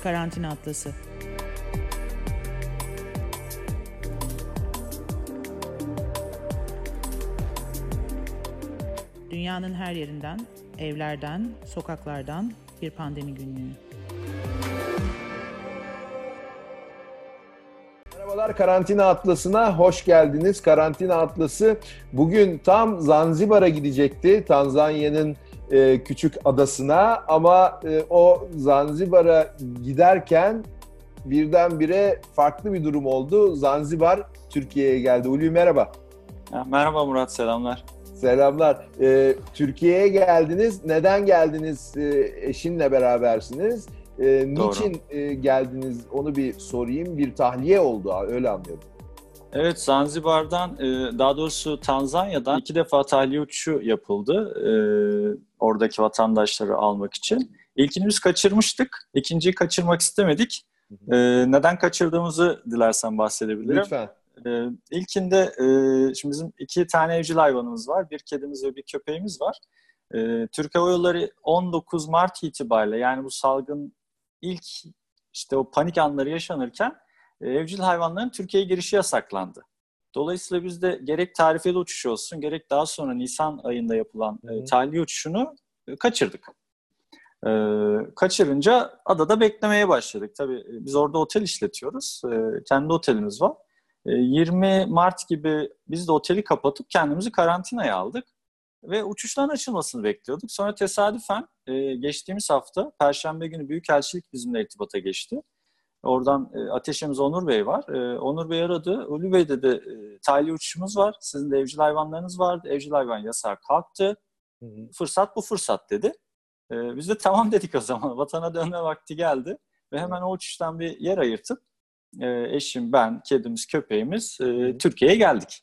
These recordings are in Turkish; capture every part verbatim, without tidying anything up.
Karantina Atlası. Dünyanın her yerinden, evlerden, sokaklardan bir pandemi günlüğü. Merhabalar, Karantina Atlası'na hoş geldiniz. Karantina Atlası bugün tam Zanzibar'a gidecekti, Tanzanya'nın e, küçük adasına, ama e, o Zanzibar'a giderken birdenbire farklı bir durum oldu. Zanzibar Türkiye'ye geldi. Ulu, merhaba. Ya, merhaba Murat, selamlar. Selamlar. E, Türkiye'ye geldiniz. Neden geldiniz? E, eşinle berabersiniz. E, niçin e, geldiniz? Onu bir sorayım. Bir tahliye oldu, öyle anlıyorum. Evet, Zanzibar'dan, daha doğrusu Tanzanya'dan iki defa tahliye uçuşu yapıldı. Oradaki vatandaşları almak için. İlkini biz kaçırmıştık. İkinciyi kaçırmak istemedik. Neden kaçırdığımızı dilersen bahsedebilirim. Lütfen. İlkinde, şimdi bizim iki tane evcil hayvanımız var. Bir kedimiz ve bir köpeğimiz var. Türk Hava Yolları on dokuz Mart itibariyle, yani bu salgın ilk işte o panik anları yaşanırken evcil hayvanların Türkiye'ye girişi yasaklandı. Dolayısıyla biz de gerek tarifeli uçuş olsun, gerek daha sonra Nisan ayında yapılan e, tahliye uçuşunu e, kaçırdık. E, kaçırınca adada beklemeye başladık. Tabii biz orada otel işletiyoruz. E, kendi otelimiz var. E, yirmi Mart gibi biz de oteli kapatıp kendimizi karantinaya aldık. Ve uçuşların açılmasını bekliyorduk. Sonra tesadüfen e, geçtiğimiz hafta Perşembe günü Büyükelçilik bizimle irtibata geçti. Oradan e, ateşimiz Onur Bey var. E, Onur Bey aradı. Ulu Bey dedi, e, tahliye uçuşumuz var. Sizin de evcil hayvanlarınız vardı. Evcil hayvan yasağı kalktı. Hı hı. Fırsat bu fırsat dedi. E, biz de tamam dedik o zaman. Vatana dönme vakti geldi. Ve hemen o uçuştan bir yer ayırtıp e, eşim, ben, kedimiz, köpeğimiz e, Türkiye'ye geldik.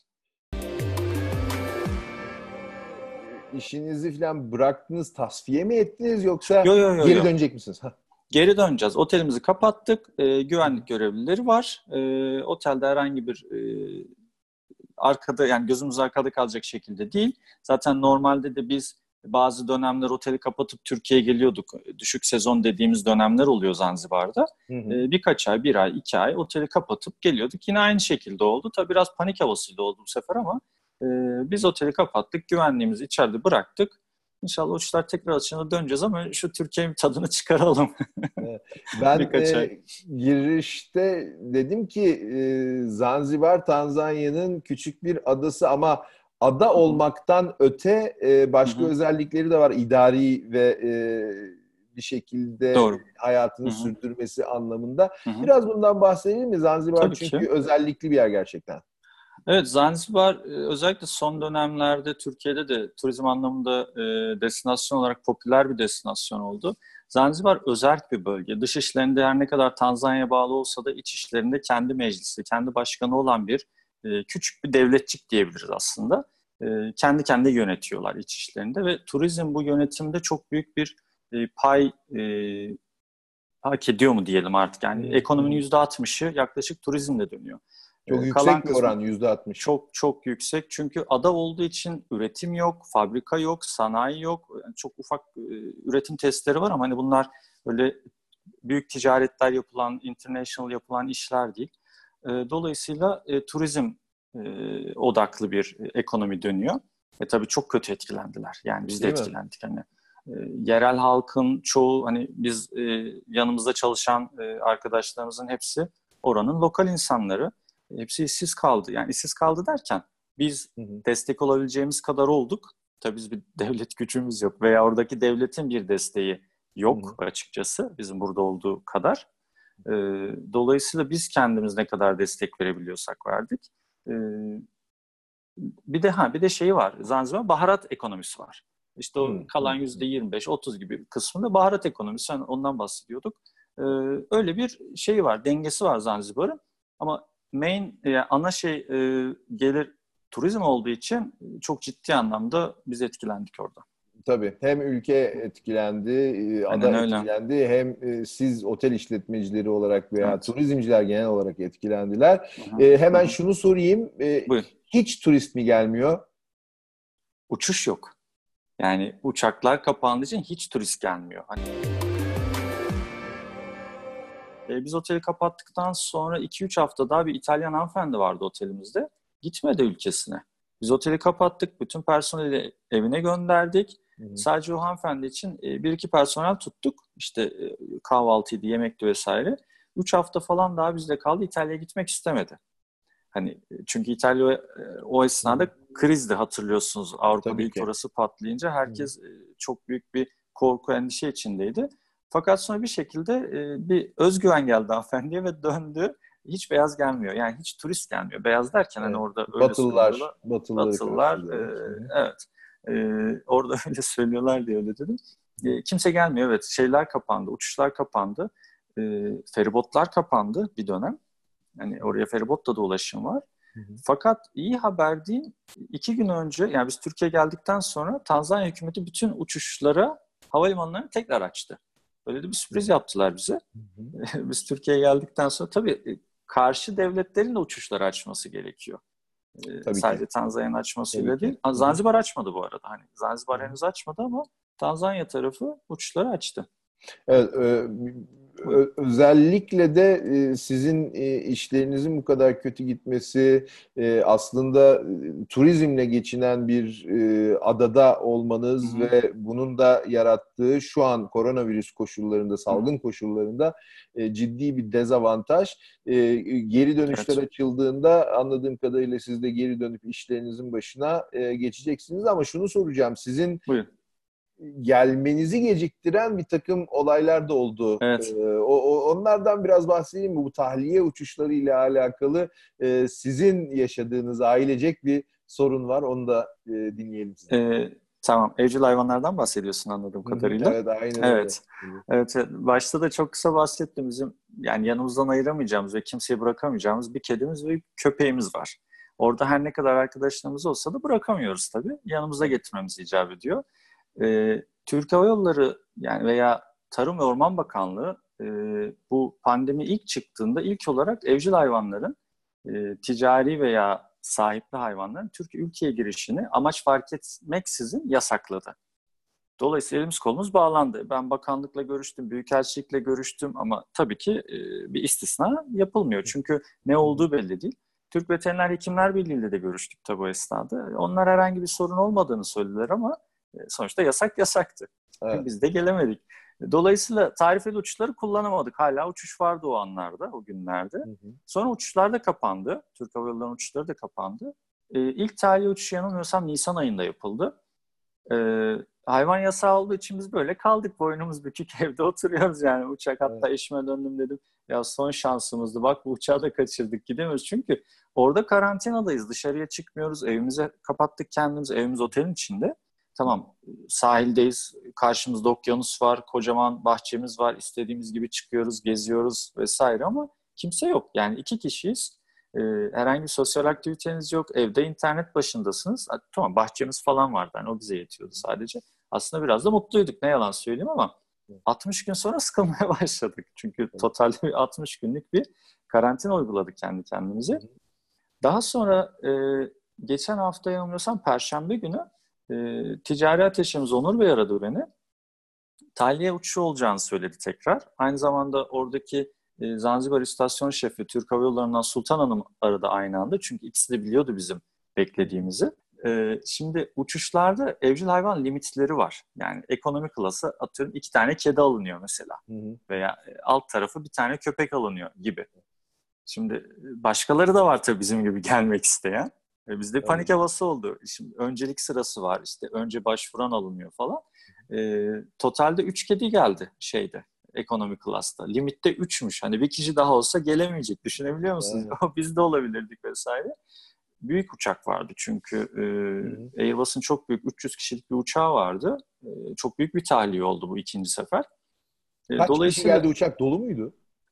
İşinizi falan bıraktınız, tasfiye mi ettiniz, yoksa yo, yo, yo, geri yo. dönecek misiniz? Geri döneceğiz. Otelimizi kapattık. E, güvenlik görevlileri var. E, otelde herhangi bir e, arkada, yani gözümüz arkada kalacak şekilde değil. Zaten normalde de biz bazı dönemler oteli kapatıp Türkiye'ye geliyorduk. Düşük sezon dediğimiz dönemler oluyor Zanzibar'da. Hı hı. E, birkaç ay, bir ay, iki ay oteli kapatıp geliyorduk. Yine aynı şekilde oldu. Tabii biraz panik havasıyla oldu bu sefer, ama e, biz oteli kapattık. Güvenliğimizi içeride bıraktık. İnşallah uçuşlar tekrar açığına döneceğiz, ama şu Türkiye'nin tadını çıkaralım. Ben e, girişte dedim ki e, Zanzibar Tanzanya'nın küçük bir adası, ama ada olmaktan öte e, başka Hı-hı. özellikleri de var. İdari ve e, bir şekilde Doğru. hayatını Hı-hı. sürdürmesi anlamında. Hı-hı. Biraz bundan bahsedelim mi? Zanzibar Tabii çünkü ki. özellikli bir yer gerçekten. Evet, Zanzibar özellikle son dönemlerde Türkiye'de de turizm anlamında e, destinasyon olarak popüler bir destinasyon oldu. Zanzibar özerk bir bölge. Dış işlerinde her ne kadar Tanzanya'ya bağlı olsa da iç işlerinde kendi meclisi, kendi başkanı olan bir e, küçük bir devletçik diyebiliriz aslında. E, kendi kendi yönetiyorlar iç işlerinde ve turizm bu yönetimde çok büyük bir e, pay e, hak ediyor mu diyelim artık. Yani hmm. ekonominin yüzde altmışı yaklaşık turizmle dönüyor. Çok ee, yüksek bir oran, yüzde altmış. Çok çok yüksek, çünkü ada olduğu için üretim yok, fabrika yok, sanayi yok. Yani çok ufak e, üretim testleri var, ama hani bunlar öyle büyük ticaretler yapılan, international yapılan işler değil. E, dolayısıyla e, turizm e, odaklı bir e, ekonomi dönüyor. Ve tabii çok kötü etkilendiler. Yani biz de değil etkilendik. Mi? Hani e, yerel halkın çoğu, hani biz e, yanımızda çalışan e, arkadaşlarımızın hepsi oranın lokal insanları. Hepsi işsiz kaldı. Yani işsiz kaldı derken biz hı hı. destek olabileceğimiz kadar olduk. Tabii biz bir devlet gücümüz yok veya oradaki devletin bir desteği yok hı hı. açıkçası bizim burada olduğu kadar. Ee, dolayısıyla biz kendimiz ne kadar destek verebiliyorsak verdik. Ee, bir de ha bir de şeyi var. Zanzibar baharat ekonomisi var. İşte o hı. kalan yüzde yirmi beş otuz gibi kısmında baharat ekonomisi. Yani ondan bahsediyorduk. Ee, öyle bir şey var, dengesi var Zanzibar'ın. Ama main, yani ana şey e, gelir turizm olduğu için çok ciddi anlamda biz etkilendik orada. Tabii. Hem ülke etkilendi, ada etkilendi, hem siz otel işletmecileri olarak veya evet. turizmciler genel olarak etkilendiler. E, hemen Hı-hı. şunu sorayım. E, hiç turist mi gelmiyor? Uçuş yok. Yani uçaklar kapandığı için hiç turist gelmiyor. Hani... E, biz oteli kapattıktan sonra iki üç hafta daha bir İtalyan hanımefendi vardı otelimizde. Gitmedi ülkesine. Biz oteli kapattık. Bütün personeli evine gönderdik. Hı-hı. Sadece o hanımefendi için e, bir iki personel tuttuk. İşte e, kahvaltıydı, yemekti vesaire. Üç hafta falan daha bizde kaldı. İtalya'ya gitmek istemedi. Hani çünkü İtalya e, o esnada Hı-hı. krizdi, hatırlıyorsunuz. Avrupa'da Tabii ilk ki. orası patlayınca herkes e, çok büyük bir korku, endişe içindeydi. Fakat sonra bir şekilde e, bir özgüven geldi hanımefendiye ve döndü. Hiç beyaz gelmiyor. Yani hiç turist gelmiyor. Beyaz derken Evet. hani orada öyle Batılılar, söylüyorlar. Batılıları Batılılar, e, evet. E, orada öyle söylüyorlar diye öyle dedim. E, kimse gelmiyor. Evet, şeyler kapandı, uçuşlar kapandı. E, feribotlar kapandı bir dönem. Yani oraya feribotla da ulaşım var. Hı hı. Fakat iyi haber değil, iki gün önce, yani biz Türkiye'ye geldikten sonra Tanzanya hükümeti bütün uçuşlara, havalimanlarını tekrar açtı. Böyle de bir sürpriz yaptılar bize. Hı hı. Biz Türkiye'ye geldikten sonra tabii karşı devletlerin de uçuşları açması gerekiyor. Tabii Sadece ki. Tanzanya'nın açmasıyla Tabii değil. ki. Zanzibar açmadı bu arada. Hani Zanzibar Hı hı. henüz açmadı ama Tanzanya tarafı uçuşları açtı. Evet, e, özellikle de e, sizin e, işlerinizin bu kadar kötü gitmesi, e, aslında e, turizmle geçinen bir e, adada olmanız Hı hı. ve bunun da yarattığı şu an koronavirüs koşullarında, salgın Hı hı. koşullarında e, ciddi bir dezavantaj. E, geri dönüşler Evet. açıldığında anladığım kadarıyla siz de geri dönüp işlerinizin başına e, geçeceksiniz ama şunu soracağım, sizin Buyurun. gelmenizi geciktiren bir takım olaylar da oldu. Evet. Ee, o, o, onlardan biraz bahsedeyim mi? Bu tahliye uçuşları ile alakalı e, sizin yaşadığınız ailecek bir sorun var. Onu da e, dinleyelim sizden. Ee, tamam. Evcil hayvanlardan bahsediyorsun anladığım Hı hı, kadarıyla. evet, aynen öyle. Evet. Evet, evet. Başta da çok kısa bahsettim. Bizim yani yanımızdan ayıramayacağımız ve kimseye bırakamayacağımız bir kedimiz ve bir köpeğimiz var. Orada her ne kadar arkadaşlarımız olsa da bırakamıyoruz tabii. Yanımıza getirmemiz icap ediyor. Ee, Türk Hava Yolları yani veya Tarım ve Orman Bakanlığı e, bu pandemi ilk çıktığında ilk olarak evcil hayvanların e, ticari veya sahipli hayvanların Türk ülkeye girişini amaç fark etmeksizin yasakladı. Dolayısıyla elimiz kolumuz bağlandı. Ben bakanlıkla görüştüm, büyükelçilikle görüştüm ama tabii ki e, bir istisna yapılmıyor. Çünkü ne olduğu belli değil. Türk Veteriner Hekimler Birliği ile de görüştük tabii o esnada. Onlar herhangi bir sorun olmadığını söylediler ama e, sonuçta yasak yasaktı. Evet. Biz de gelemedik. Dolayısıyla tarifeli uçuşları kullanamadık. Hala uçuş vardı o anlarda, o günlerde. Hı hı. Sonra uçuşlar da kapandı. Türk Hava Yolları'nın uçuşları da kapandı. E, ilk tahliye uçuşu yanılmıyorsam Nisan ayında yapıldı. Ee, hayvan yasağı olduğu için biz böyle kaldık, boynumuz bükük evde oturuyoruz yani uçak. Hatta Evet. eşime döndüm, dedim ya son şansımızdı, bak bu uçağı da kaçırdık, gidemiyoruz çünkü orada karantinadayız, dışarıya çıkmıyoruz, evimize kapattık kendimizi, evimiz otelin içinde. Tamam, sahildeyiz, karşımızda okyanus var, kocaman bahçemiz var, istediğimiz gibi çıkıyoruz, geziyoruz vesaire ama kimse yok yani, iki kişiyiz. Ee, herhangi bir sosyal aktiviteniz yok. Evde internet başındasınız. Tamam, bahçemiz falan vardı. Yani o bize yetiyordu sadece. Aslında biraz da mutluyduk. Ne yalan söyleyeyim ama altmış gün sonra sıkılmaya başladık. Çünkü totalde bir altmış günlük bir karantina uyguladık kendi kendimize. Daha sonra e, geçen hafta yanılmıyorsam Perşembe günü e, ticari ateşimiz Onur Bey aradı beni. Tahliye uçuşu olacağını söyledi tekrar. Aynı zamanda oradaki e, Zanzibar İstasyon Şefi Türk Hava Yolları'ndan Sultan Hanım aradı aynı anda. Çünkü ikisi de biliyordu bizim beklediğimizi. E, şimdi uçuşlarda evcil hayvan limitleri var. Yani ekonomi klası atıyorum iki tane kedi alınıyor mesela. Hı hı. Veya e, alt tarafı bir tane köpek alınıyor gibi. Şimdi başkaları da var tabii bizim gibi gelmek isteyen. E, bizde evet. Panik havası oldu. Şimdi öncelik sırası var, işte önce başvuran alınıyor falan. E, totalde üç kedi geldi şeyde, ekonomi klasta. Limitte üçmüş. Hani bir kişi daha olsa gelemeyecek. Düşünebiliyor musunuz? Evet. Biz de olabilirdik vesaire. Büyük uçak vardı çünkü e, Airbus'un çok büyük üç yüz kişilik bir uçağı vardı. E, çok büyük bir tahliye oldu bu ikinci sefer. E, Kaç kişi geldi, uçak dolu muydu?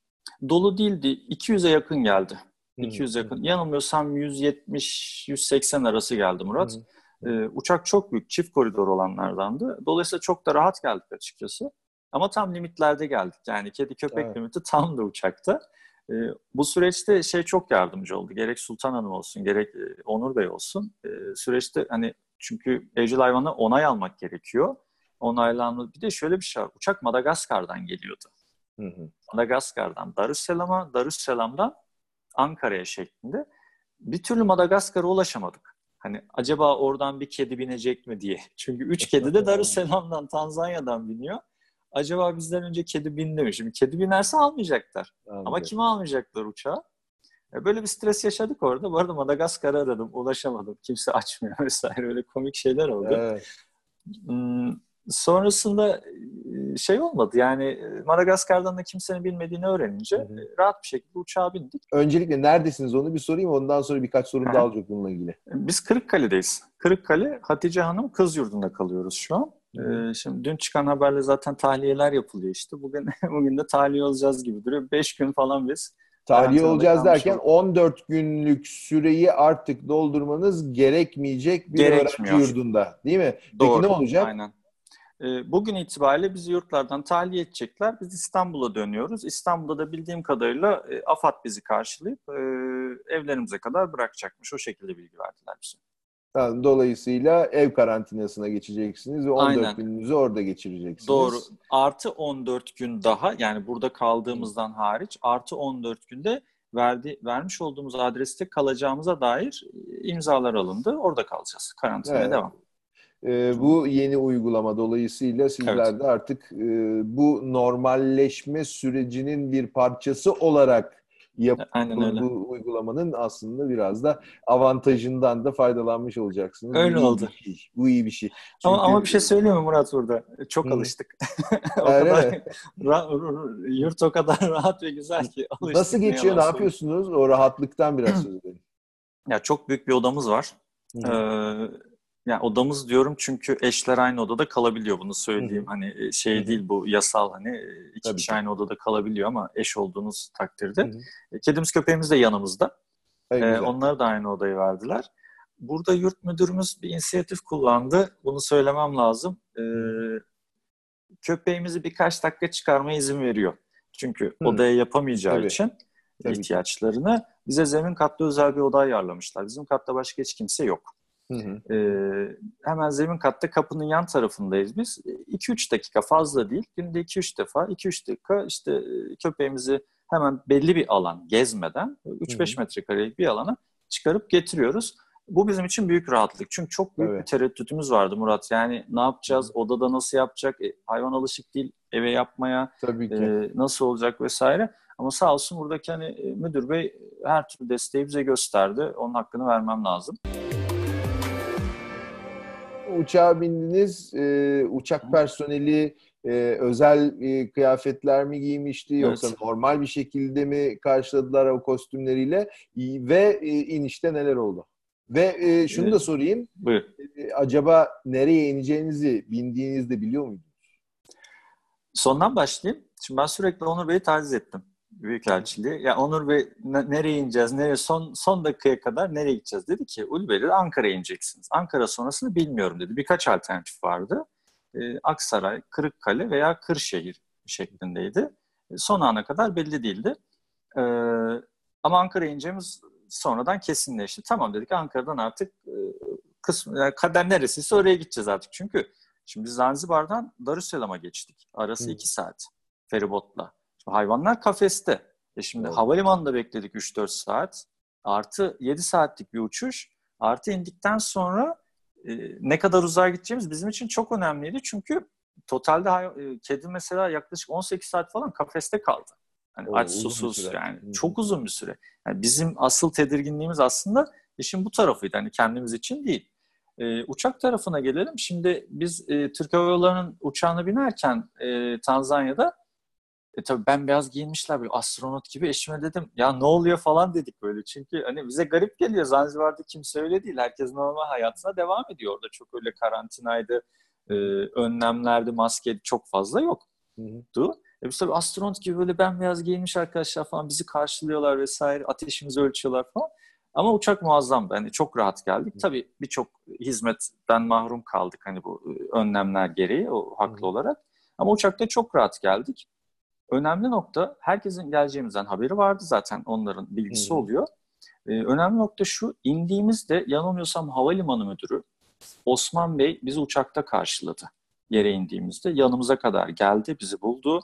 Dolu değildi. iki yüze yakın geldi. iki yüz yakın. Yanılmıyorsam yüz yetmiş yüz seksen arası geldi Murat. Ee, uçak çok büyük, çift koridor olanlardandı. Dolayısıyla çok da rahat geldik açıkçası. Ama tam limitlerde geldik. Yani kedi köpek evet. limiti tam da uçakta. Ee, bu süreçte şey çok yardımcı oldu. Gerek Sultan Hanım olsun, gerek e, Onur Bey olsun. Ee, süreçte hani, çünkü evcil hayvana onay almak gerekiyor. Onaylandı. Bir de şöyle bir şey var. Uçak Madagaskar'dan geliyordu. Hı hı. Madagaskar'dan Darüsselam'a, Darüsselam'dan Ankara'ya şeklinde. Bir türlü Madagaskar'a ulaşamadık. Hani acaba oradan bir kedi binecek mi diye. Çünkü üç kedi de Darüsselam'dan, Tanzanya'dan biniyor. Acaba bizden önce kedi bindi mi? Şimdi kedi binerse almayacaklar. Anladım. Ama kimi almayacaklar uçağa? Böyle bir stres yaşadık orada. Bu arada Madagaskar'ı aradım, ulaşamadım. Kimse açmıyor vesaire. Öyle komik şeyler oldu. Evet. Hmm, sonrasında şey olmadı. Yani Madagaskar'dan da kimsenin bilmediğini öğrenince hı hı. rahat bir şekilde uçağa bindik. Öncelikle neredesiniz onu bir sorayım. Ondan sonra birkaç sorum daha olacak bununla ilgili. Biz Kırıkkale'deyiz. Kırıkkale, Hatice Hanım kız yurdunda kalıyoruz şu an. Ee, şimdi dün çıkan haberle zaten tahliyeler yapılıyor işte. Bugün bugün de tahliye olacağız gibi duruyor. Beş gün falan biz. Tahliye olacağız derken olduk. on dört günlük süreyi artık doldurmanız gerekmeyecek bir Gerekmiyor. öğrenci yurdunda değil mi? Doğru, Peki ne olacak? Aynen. Bugün itibariyle bizi yurtlardan tahliye edecekler. Biz İstanbul'a dönüyoruz. İstanbul'da da bildiğim kadarıyla AFAD bizi karşılayıp evlerimize kadar bırakacakmış. O şekilde bilgi verdiler bize. Dolayısıyla ev karantinasına geçeceksiniz ve on dört Aynen. gününüzü orada geçireceksiniz. Doğru. Artı on dört gün daha, yani burada kaldığımızdan hmm. hariç artı on dört günde verdi, vermiş olduğumuz adreste kalacağımıza dair imzalar alındı. Orada kalacağız. Karantinaya evet. devam. Ee, bu yeni uygulama dolayısıyla sizler evet. de artık e, bu normalleşme sürecinin bir parçası olarak yapılan bu uygulamanın aslında biraz da avantajından da faydalanmış olacaksınız. Öyle bu oldu. İyi bir şey. Bu iyi bir şey. Çünkü... Ama, ama bir şey söyleyeyim mi Murat burada? Çok Hı. alıştık. o Öyle kadar ra- yurt o kadar rahat ve güzel ki alıştık. Nasıl geçiyor? Ne, ne yapıyorsunuz? O rahatlıktan biraz söz edelim. Ya çok büyük bir odamız var. Ee, yani odamız diyorum çünkü eşler aynı odada kalabiliyor, bunu söyleyeyim. Hı-hı. Hani şey Hı-hı. değil bu yasal, hani iki Tabii kişi ki. aynı odada kalabiliyor ama eş olduğunuz takdirde. Hı-hı. Kedimiz köpeğimiz de yanımızda. Ee, onları da aynı odayı verdiler. Burada yurt müdürümüz bir inisiyatif kullandı. Bunu söylemem lazım. Ee, köpeğimizi birkaç dakika çıkarmaya izin veriyor. Çünkü Hı-hı. odaya yapamayacağı Tabii. için Tabii ihtiyaçlarını ki. bize zemin katta özel bir oda ayarlamışlar. Bizim katta başka hiç kimse yok. Hı hı. Ee, hemen zemin katta kapının yan tarafındayız biz. iki üç dakika, fazla değil. Günde iki üç defa, iki üç dakika işte köpeğimizi hemen belli bir alan gezmeden üç beş metrekarelik bir alana çıkarıp getiriyoruz. Bu bizim için büyük rahatlık. Çünkü çok büyük evet. bir tereddütümüz vardı Murat. Yani ne yapacağız? Hı. Odada nasıl yapacak? E, hayvan alışık değil eve yapmaya. Tabii ki. E, nasıl olacak vesaire. Ama sağ olsun buradaki hani müdür bey her türlü desteği bize gösterdi. Onun hakkını vermem lazım. Uçağa bindiniz, e, uçak personeli e, özel e, kıyafetler mi giymişti evet. yoksa normal bir şekilde mi karşıladılar o kostümleriyle ve e, inişte neler oldu? Ve e, şunu evet. da sorayım, e, acaba nereye ineceğinizi bindiğinizde biliyor muydunuz? Sondan başlayayım. Şimdi ben sürekli Onur Bey'i taciz ettim. Büyükelçiliği. Ya Onur Bey ne, nereye ineceğiz? Nereye son son dakikaya kadar nereye gideceğiz? Dedi ki Ulbey dedi Ankara'ya ineceksiniz. Ankara sonrasını bilmiyorum dedi. Birkaç alternatif vardı. Ee, Aksaray, Kırıkkale veya Kırşehir şeklindeydi. Ee, son ana kadar belli değildi. Ee, ama Ankara'ya ineceğimiz sonradan kesinleşti. Tamam dedik, Ankara'dan artık e, kısmı, yani kader neresiyse oraya gideceğiz artık. Çünkü şimdi Zanzibar'dan Darüsselam'a geçtik. Arası iki saat feribotla. Hayvanlar kafeste. E şimdi evet. havalimanında bekledik üç dört saat. Artı yedi saatlik bir uçuş. Artı indikten sonra e, ne kadar uzağa gideceğimiz bizim için çok önemliydi. Çünkü totalde hay- kedi mesela yaklaşık on sekiz saat falan kafeste kaldı. Yani Oo, aç susuz yani. Hı-hı. Çok uzun bir süre. Yani bizim asıl tedirginliğimiz aslında işin bu tarafıydı. Yani kendimiz için değil. E, uçak tarafına gelelim. Şimdi biz e, Türk Hava Yolları'nın uçağına binerken e, Tanzanya'da E tabii ben beyaz giyinmişler böyle astronot gibi, eşime dedim ya ne oluyor falan dedik böyle. Çünkü hani bize garip geliyor, Zanzibar'da kimse öyle değil. Herkes normal hayatına devam ediyor. Orada çok öyle karantinaydı, e, önlemlerdi, maske çok fazla yoktu. E biz tabii astronot gibi böyle bembeyaz giyinmiş arkadaşlar falan bizi karşılıyorlar vesaire, ateşimizi ölçüyorlar falan. Ama uçak muazzamdı. Hani çok rahat geldik. Tabii birçok hizmetten mahrum kaldık hani bu önlemler gereği, o haklı olarak. Ama uçakta çok rahat geldik. Önemli nokta, herkesin geleceğimizden haberi vardı zaten, onların bilgisi hmm. oluyor. Ee, önemli nokta şu, indiğimizde yanılmıyorsam havalimanı müdürü Osman Bey bizi uçakta karşıladı. Yere indiğimizde yanımıza kadar geldi, bizi buldu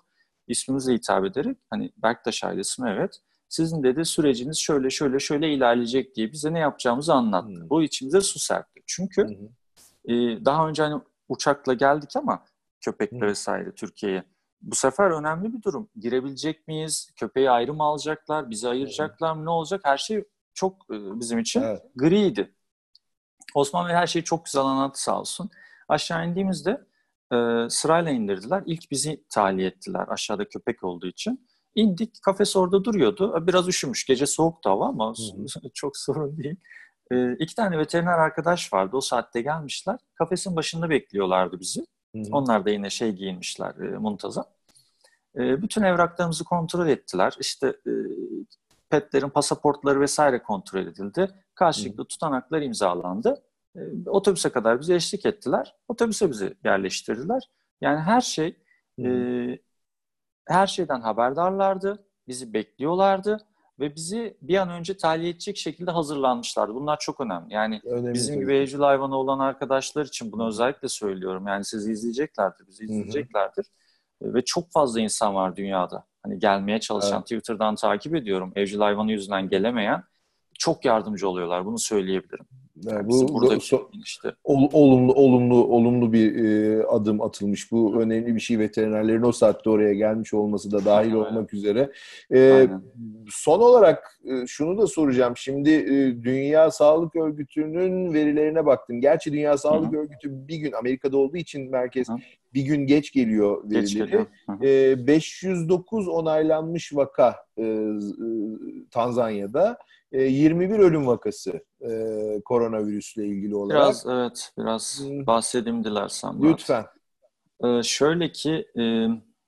ismimize hitap ederek hani Berktaş ailesi mi? Evet. Sizin dedi süreciniz şöyle şöyle şöyle ilerleyecek diye bize ne yapacağımızı anlattı. Hmm. Bu içimize su serpti. Çünkü hmm. e, daha önce hani uçakla geldik ama köpekle hmm. vesaire Türkiye'ye. Bu sefer önemli bir durum. Girebilecek miyiz? Köpeği ayrı mı alacaklar? Bizi ayıracaklar mı? Ne olacak? Her şey çok e, bizim için evet. griydi. Osman Bey her şeyi çok güzel anlattı sağ olsun. Aşağı indiğimizde e, sırayla indirdiler. İlk bizi tahliye ettiler aşağıda köpek olduğu için. İndik, kafes orada duruyordu. Biraz üşümüş, gece soğuktu hava ama hı-hı. çok sorun değil. E, iki tane veteriner arkadaş vardı, o saatte gelmişler. Kafesin başında bekliyorlardı bizi. Hı-hı. Onlar da yine şey giyinmişler, e, muntazam. E, bütün evraklarımızı kontrol ettiler. İşte e, petlerin pasaportları vesaire kontrol edildi. Karşılıklı tutanaklar imzalandı. E, otobüse kadar bize eşlik ettiler. Otobüse bizi yerleştirdiler. Yani her şey, e, her şeyden haberdarlardı. Bizi bekliyorlardı ve bizi bir an önce tahliye edecek şekilde hazırlanmışlardı. Bunlar çok önemli. Yani önemli bizim tabii. gibi evcil hayvanı olan arkadaşlar için bunu özellikle söylüyorum. Yani sizi izleyeceklerdir, bizi izleyeceklerdir. Hı hı. Ve çok fazla insan var dünyada. Hani gelmeye çalışan, evet. Twitter'dan takip ediyorum. Evcil hayvanı yüzünden gelemeyen çok yardımcı oluyorlar. Bunu söyleyebilirim. Yani bu buradaki so, işte ol, olumlu olumlu olumlu bir e, adım atılmış. Bu Hı. önemli bir şey. Veterinerlerin o saatte oraya gelmiş olması da dahil Aynen. olmak üzere. E, son olarak e, şunu da soracağım. Şimdi e, Dünya Sağlık Örgütü'nün verilerine baktım. Gerçi Dünya Sağlık Hı. Örgütü bir gün Amerika'da olduğu için merkez Hı. bir gün geç geliyor verileri. Geç geliyor. E, beş yüz dokuz onaylanmış vaka e, e, Tanzanya'da. yirmi bir ölüm vakası e, koronavirüsle ilgili olarak. Biraz evet, biraz hmm. bahsedeyim dilersen. Lütfen. Ee, şöyle ki e,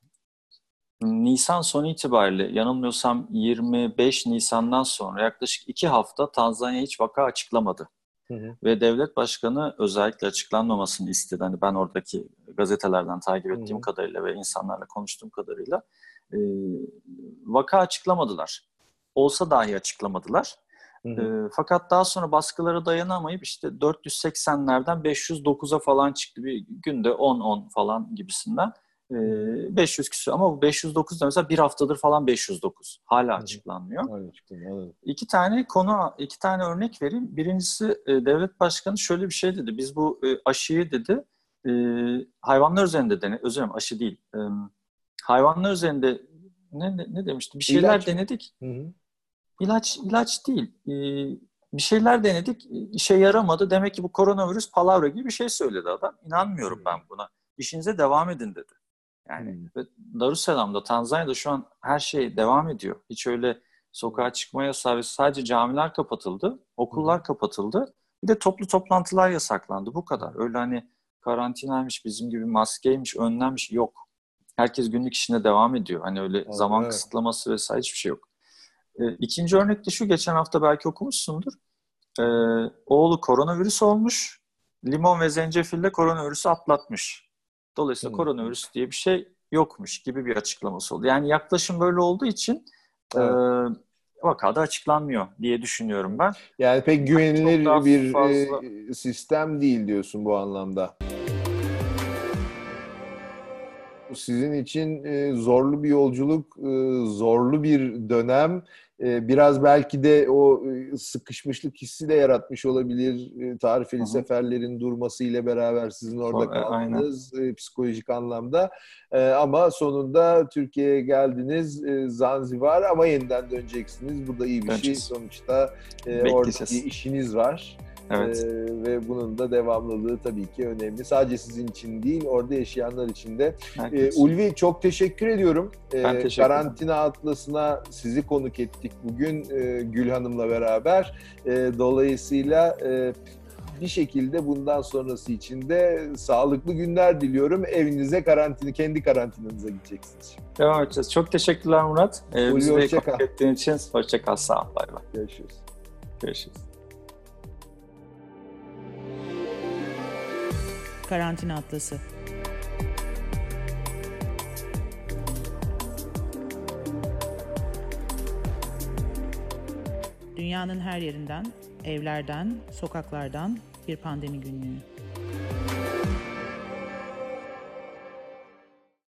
Nisan sonu itibariyle yanılmıyorsam yirmi beş Nisan'dan sonra yaklaşık iki hafta Tanzanya hiç vaka açıklamadı. Hı hı. Ve devlet başkanı özellikle açıklanmamasını istedi. Hani ben oradaki gazetelerden takip ettiğim hı hı. kadarıyla ve insanlarla konuştuğum kadarıyla e, vaka açıklamadılar. Olsa dahi açıklamadılar. Hı hı. E, fakat daha sonra baskılara dayanamayıp işte dört yüz seksenlerden beş yüz dokuza falan çıktı. Bir günde on on falan gibisinden. E, beş yüz küsur ama bu beş yüz dokuz da mesela bir haftadır falan beş yüz dokuz. Hala açıklanmıyor. Hı hı. Açıklanıyor. İki tane konu, iki tane örnek vereyim. Birincisi e, devlet başkanı şöyle bir şey dedi. Biz bu e, aşıyı dedi e, hayvanlar üzerinde dene, özür dilerim aşı değil. E, hayvanlar üzerinde ne, ne, ne demişti? Bir şeyler İlaç denedik. Hı hı. İlaç, ilaç değil. Ee, bir şeyler denedik, işe yaramadı. Demek ki bu koronavirüs palavra gibi bir şey söyledi adam. İnanmıyorum hmm. ben buna. İşinize devam edin dedi. Yani hmm. ve Darüsselam'da, Tanzanya'da şu an her şey devam ediyor. Hiç öyle sokağa çıkma yasağı, sadece camiler kapatıldı, okullar hmm. kapatıldı. Bir de toplu toplantılar yasaklandı. Bu kadar. Öyle hani karantinaymış, bizim gibi maskeymiş, önlemmiş yok. Herkes günlük işine devam ediyor. Hani öyle evet. zaman kısıtlaması vesaire hiçbir şey yok. E, ikinci örnek de şu, geçen hafta belki okumuşsundur. E, oğlu koronavirüs olmuş, limon ve zencefille koronavirüsü atlatmış. Dolayısıyla hmm. koronavirüs diye bir şey yokmuş gibi bir açıklaması oldu. Yani yaklaşım böyle olduğu için evet. e, vakada açıklanmıyor diye düşünüyorum ben. Yani pek güvenilir yani bir fazla... e, sistem değil diyorsun bu anlamda. Sizin için e, zorlu bir yolculuk, e, zorlu bir dönem. E, biraz belki de o e, sıkışmışlık hissi de yaratmış olabilir. E, tarifeli Hı-hı. seferlerin durmasıyla beraber sizin orada kaldınız e, psikolojik anlamda. E, ama sonunda Türkiye'ye geldiniz, e, Zanzibar ama yeniden döneceksiniz. Bu da iyi bir Döneceğiz. şey. Sonuçta e, orada bir işiniz var. Evet. Ee, ve bunun da devamlılığı tabii ki önemli. Sadece sizin için değil, orada yaşayanlar için de. Ee, Ulvi, çok teşekkür ediyorum. Ee, ben teşekkür ederim. Karantina Atlası'na sizi konuk ettik bugün e, Gül Hanım'la beraber. E, dolayısıyla e, bir şekilde bundan sonrası için de sağlıklı günler diliyorum. Evinize karantina, kendi karantinanıza gideceksiniz. Devam edeceğiz. Çok teşekkürler Murat. Ee, bizi de konuk ettiğin için hoşça kal. Sağ ol. Bay bay. Görüşürüz. Görüşürüz. Karantina Atlası. Dünyanın her yerinden, evlerden, sokaklardan bir pandemi günlüğü.